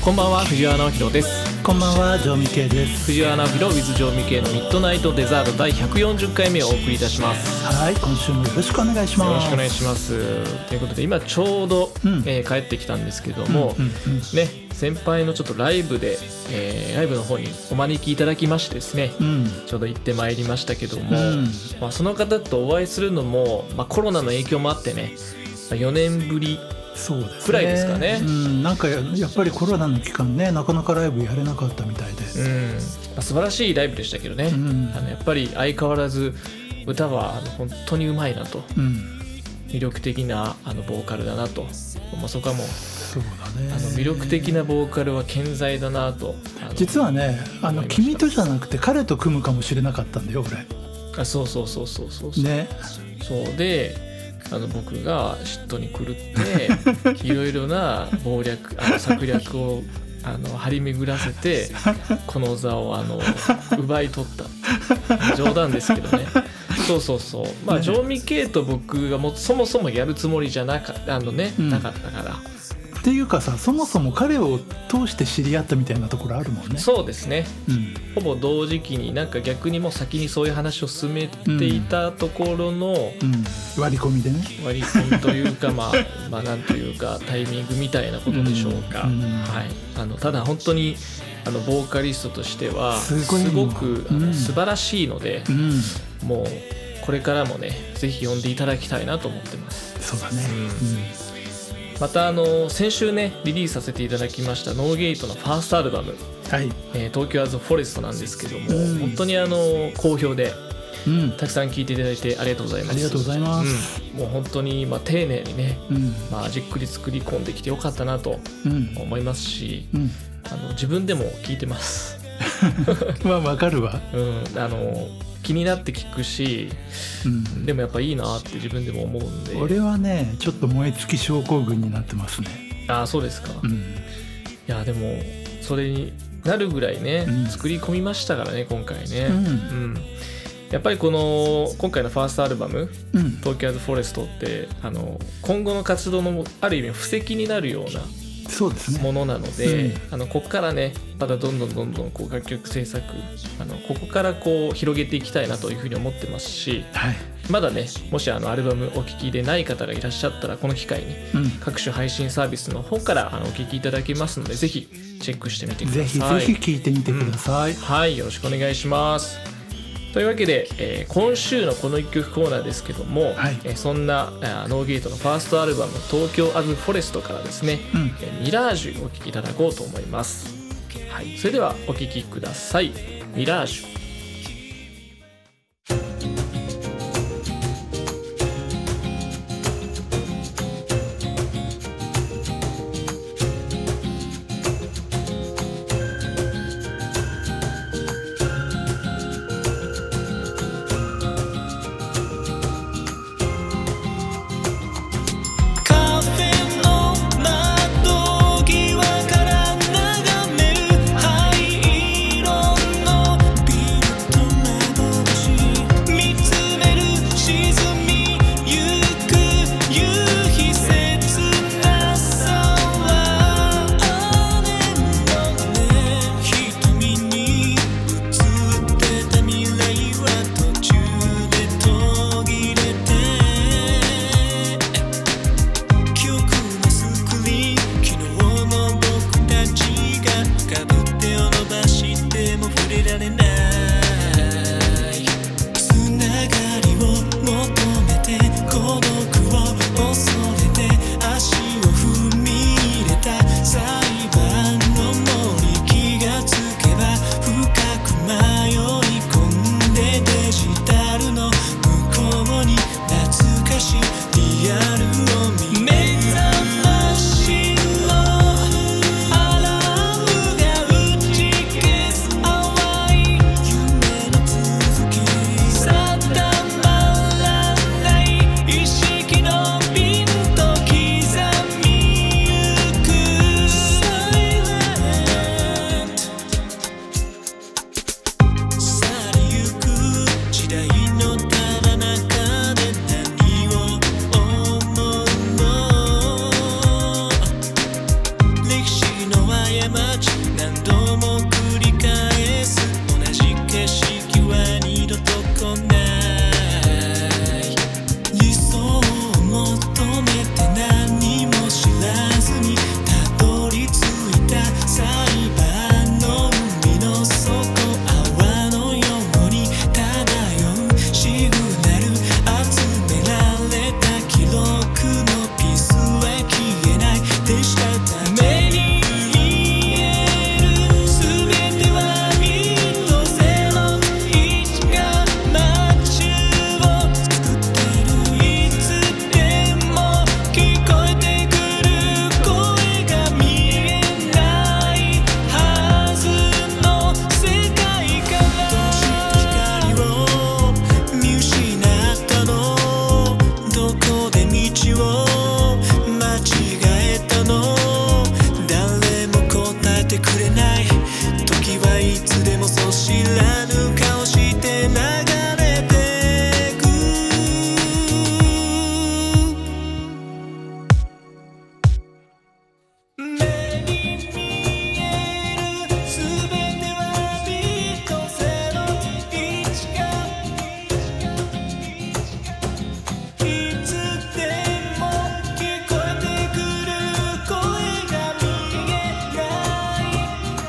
こんばんは、藤原直弘です。 こんばんは、城美圭です。 藤原直弘 with 城美圭のミッドナイトデザート第140回目をお送りいたします。 はい、今週もよろしくお願いします。 よろしくお願いします。ということで今ちょうど、帰ってきたんですけども、ね、先輩のちょっとライブで、ライブの方にお招きいただきましてですね、ちょうど行ってまいりましたけども、その方とお会いするのも、コロナの影響もあってね、4年ぶりくらいですかね。 なんかやっぱりコロナの期間ね、なかなかライブやれなかったみたいで、 素晴らしいライブでしたけどね、やっぱり相変わらず歌は本当にうまいなと、魅力的なボーカルだなと、そこはもうそうだね、 魅力的なボーカルは健在だなと。 実はね、君とじゃなくて彼と組むかもしれなかったんだよ俺。 そうね。 そうで僕が嫉妬に狂っていろいろな策略を張り巡らせてこの座を奪い取った冗談ですけどね。そう城美圭と僕がそもそもやるつもりじゃなかったからっていうかさ、そもそも彼を通して知り合ったみたいなところあるもんね。 そうですね、ほぼ同時期に逆にもう先にそういう話を進めていたところの、 割り込みでね、 割り込みというかなんというかタイミングみたいなことでしょうか。ただ本当にボーカリストとしてはすごく素晴らしいので、もうこれからもねぜひ呼んでいただきたいなと思ってます。 そうだね、 また先週ねリリースさせていただきましたノーゲートのファーストアルバム、東京アズフォレストなんですけども、本当に好評で、たくさん聴いていただいてありがとうございます。 ありがとうございます。 もう本当に丁寧にね、じっくり作り込んできてよかったなと思いますし、自分でも聴いてますわかるわ、 気になって聞くし、でもやっぱいいなって自分でも思うんで。 俺はねちょっと燃え尽き症候群になってますね。 ああ、そうですか。いやでもそれになるぐらいね、作り込みましたからね今回ね。やっぱり今回のファーストアルバム、東京アズフォレストって今後の活動のある意味布石になるようなものなので、ここからねまたどんどん楽曲制作ここから広げていきたいなというふうに思ってますし、まだねもしアルバムお聴きでない方がいらっしゃったらこの機会に各種配信サービスの方からお聴きいただけますので、ぜひチェックしてみてください。 ぜひ聴いてみてください。 はい、よろしくお願いします。というわけで、今週のこの1曲コーナーですけども、そんなノーゲートのファーストアルバム東京アズフォレストからですね、ミラージュをお聴きいただこうと思います。それではお聴きください。ミラージュ。 灰色のビち何度も繰り返す同じ景色は二度と来ない理想を求めて何も知らずにたどり着いた裁判の海の底泡のように漂うシグナル集められた記録のピースは消えないでした目に見える全てはミッドゼロ一が街を作ってるいつでも聞こえてくる声が見えないはずの世界から光を見失ったのどこで道を間違えたの誰も答えてくれない時はいつでもそう知らぬ顔して流れてく目に見える全てはビートゼロ一がいつでも聞こえてくる声が見えない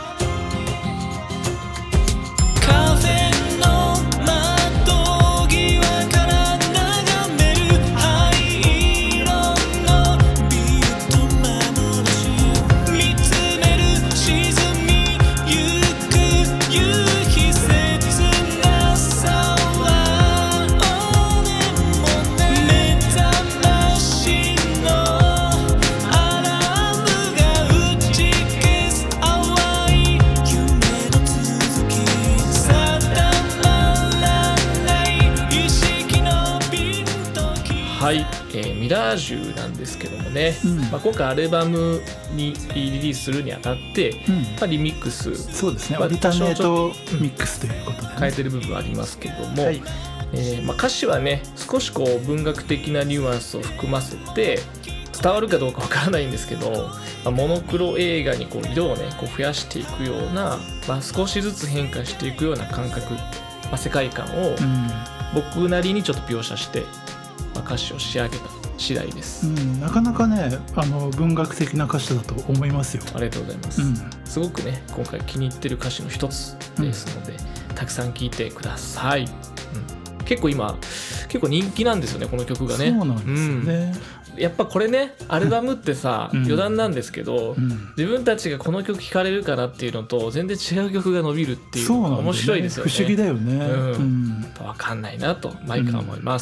カフェの窓際から眺める灰色のビート幻見つめる沈みゆく夕日切なさは俺もね目覚ましのアラームが打ち消す淡い夢の続き定まらない意識のピンときはい、ミラージュなんですけどもね、今回アルバムにリリースするにあたって、リミックスそうですね、オルタネートミックスということで、 変えてる部分ありますけども、 はい歌詞はね少しこう文学的なニュアンスを含ませて伝わるかどうかわからないんですけど、モノクロ映画にこう色をねこう増やしていくような、少しずつ変化していくような感覚、世界観を僕なりにちょっと描写して、歌詞を仕上げた次第です、 なかなかね文学的な歌詞だと思いますよ。 ありがとうございます、すごくね今回気に入ってる歌詞の一つですので、たくさん聴いてください、結構人気なんですよねこの曲がね。 そうなんですよね、 やっぱこれねアルバムってさ、余談なんですけど、自分たちがこの曲聴かれるかなっていうのと全然違う曲が伸びるっていうそうなんだよね、 面白いですよね。 不思議だよね、 分かんないなと毎回思います、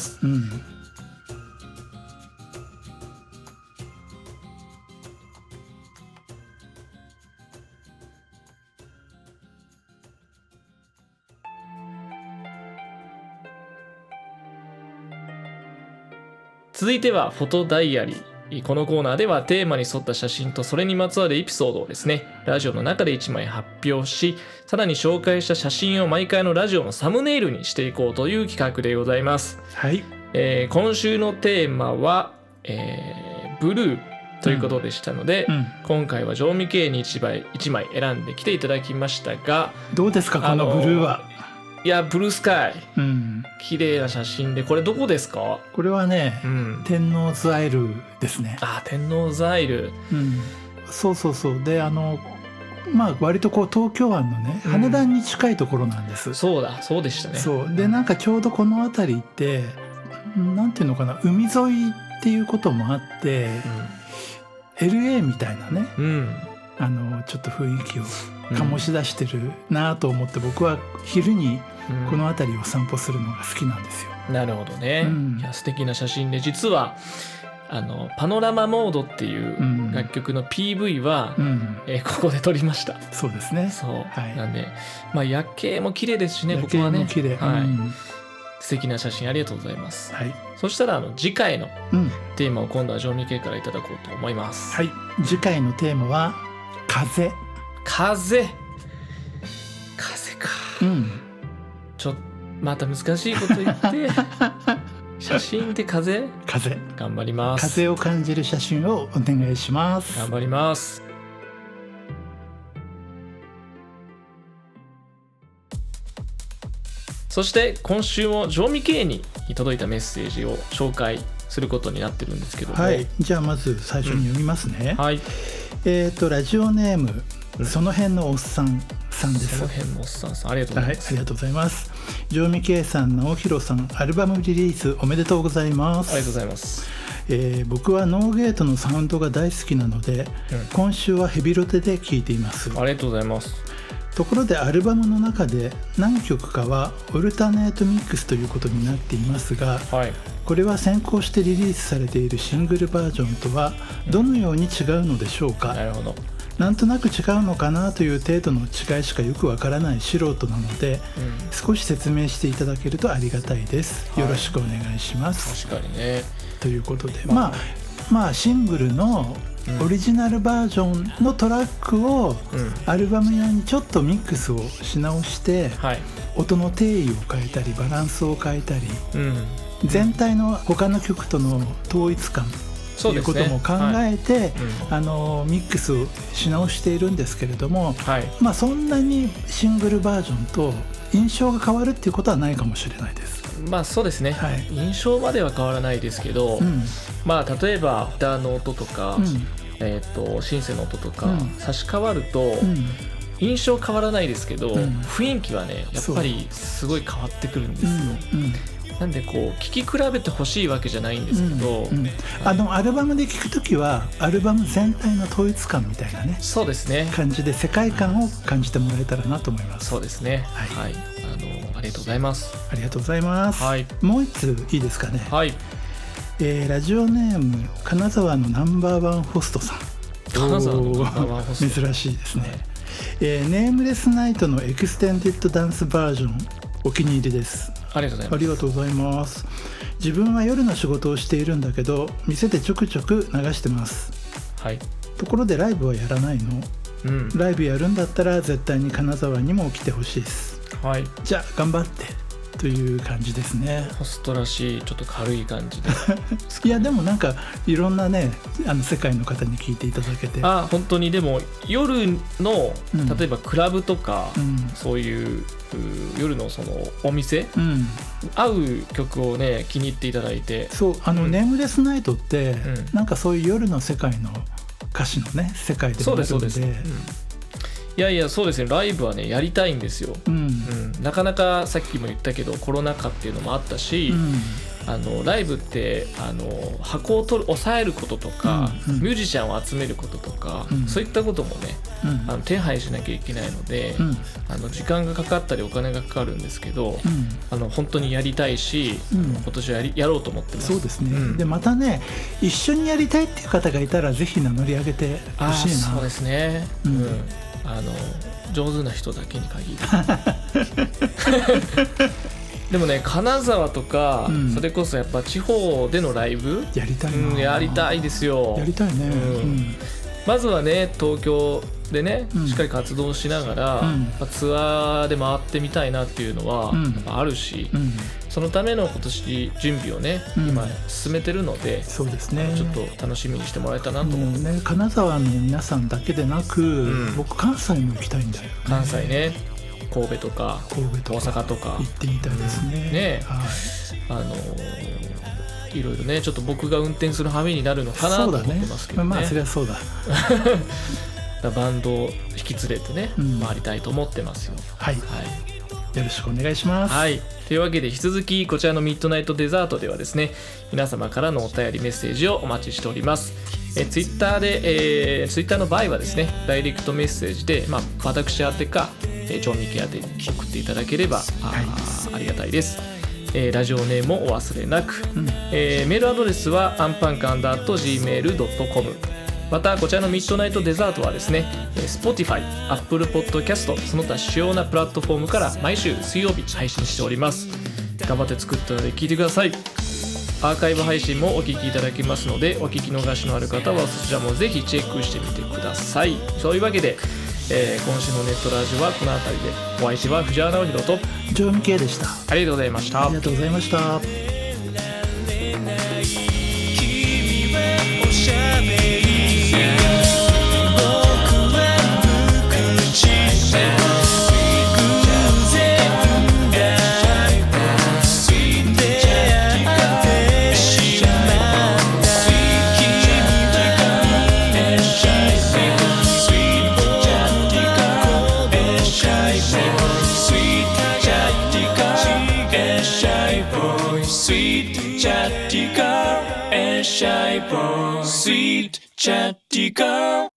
続いてはフォトダイアリー。このコーナーではテーマに沿った写真とそれにまつわるエピソードをですねラジオの中で1枚発表し、さらに紹介した写真を毎回のラジオのサムネイルにしていこうという企画でございます。 はい、 今週のテーマは、ブルーということでしたので、今回は常味系に1枚選んできていただきましたが、 どうですかこのブルーは。 いやブルースカイ、綺麗な写真で、これどこですか？ これはね、天王洲アイルですね。 天王洲アイル、 そうで割とこう東京湾のね羽田に近いところなんです、 そうでしたね。 そうでなんかちょうどこの辺りってなんていうのかな、海沿いっていうこともあって、LA みたいなね、ちょっと雰囲気を醸し出してるなと思って、僕は昼にこの辺りを散歩するのが好きなんですよ。 なるほどね、いや素敵な写真で、実はパノラマモードっていう楽曲の PV は、ここで撮りました。 そうですね。 なんで、夜景も綺麗ですしね、ここはね。 綺麗、 素敵な写真ありがとうございます。そしたら次回のテーマを今度は常味系からいただこうと思います。 次回のテーマは風か。また難しいこと言って写真で風頑張ります。 風を感じる写真をお願いします。 頑張ります。 そして今週もジョーミケイに届いたメッセージを紹介することになってるんですけども、 はい、じゃあまず最初に読みますね、 はい、 ラジオネーム、その辺のおっさんさんです。 その辺のおっさんさん、ありがとうございます。 はい、ありがとうございます。ジョーミケイさん、直弘さん、アルバムリリースおめでとうございます。 ありがとうございます。 僕はノーゲートのサウンドが大好きなので、今週はヘビロテで聴いています。 ありがとうございます。 ところでアルバムの中で何曲かはオルタネートミックスということになっていますが、 はい、 これは先行してリリースされているシングルバージョンとはどのように違うのでしょうか。 なるほど。 なんとなく違うのかなという程度の違いしかよくわからない素人なので、少し説明していただけるとありがたいです。よろしくお願いします。 確かにね。 ということで、まあシングルのオリジナルバージョンのトラックをアルバム用にちょっとミックスをし直して、音の定位を変えたりバランスを変えたり、全体の他の曲との統一感ということも考えて、ミックスをし直しているんですけれども、まあそんなにシングルバージョンと印象が変わるっていうことはないかもしれないです。 まあそうですね、印象までは変わらないですけど、まあ例えばギターの音とか、シンセの音とか差し替わると、印象変わらないですけど、雰囲気はねやっぱりすごい変わってくるんですよ。なんでこう聴き比べてほしいわけじゃないんですけど、 アルバムで聴くときはアルバム全体の統一感みたいなね、 そうですね、 感じで世界観を感じてもらえたらなと思います。 そうですね、はい、ありがとうございます。 ありがとうございます、もう一ついいですかね。ラジオネーム金沢のナンバーワンホストさん。 金沢のナンバーワンホスト、 珍しいですね。ネームレスナイトのエクステンデッドダンスバージョンお気に入りです。 ありがとうございます。 ありがとうございます。自分は夜の仕事をしているんだけど店でちょくちょく流してます。ところでライブはやらないの？ライブやるんだったら絶対に金沢にも来てほしいです。じゃあ頑張ってという感じですね。 ホストらしいちょっと軽い感じでいやでもなんかいろんなね世界の方に聞いていただけて、 本当にでも夜の例えばクラブとか、そういう夜のそのお店、合う曲をね気に入っていただいて、 そうネームレスナイトって、なんかそういう夜の世界の歌詞のね世界でもあるので、 いやいやそうですね、ライブはねやりたいんですよ。なかなかさっきも言ったけどコロナ禍っていうのもあったし、ライブって箱を抑えることとか、ミュージシャンを集めることとか、そういったこともね、手配しなきゃいけないので、時間がかかったりお金がかかるんですけど、本当にやりたいし、今年はやろうと思ってます。 そうですね、でまたね一緒にやりたいっていう方がいたらぜひ名乗り上げてほしいな。 そうですね、上手な人だけに限るでもね金沢とか、それこそやっぱ地方でのライブやりたいな、 やりたいですよ。 やりたいね、 まずはね東京でね、しっかり活動しながら、ツアーで回ってみたいなっていうのはやっぱあるし、そのための今年準備をね、今進めてるので、 そうですね、 ちょっと楽しみにしてもらえたなと思って、 金沢の皆さんだけでなく、僕関西も行きたいんだよね。 関西ね、神戸とか大阪とか行ってみたいですね。 いろいろねちょっと僕が運転する羽目になるのかなと思ってますけどね。 まあそれはそうだバンドを引き連れてね、回りたいと思ってますよ。 よろしくお願いします。 というわけで引き続きこちらのミッドナイトデザートではですね、皆様からのお便りメッセージをお待ちしております。ツイッターの場合はですね、ダイレクトメッセージで、私宛てか調味系宛てに送っていただければ ありがたいです。ラジオネームもお忘れなく、メールアドレスはanpankanda@gmail.com。 またこちらのミッドナイトデザートはですね、Spotify、Apple Podcast その他主要なプラットフォームから毎週水曜日配信しております。頑張って作ったので聞いてください。アーカイブ配信もお聞きいただけますので、お聞き逃しのある方はそちらもぜひチェックしてみてください。そういうわけで、今週のネットラジオはこの辺りで。お相手は藤原直弘とジョーミケイでした。 ありがとうございました。 ありがとうございました。 君はおしゃべり偶然が Sweet chatty girl and shy boy Sweet chatty girl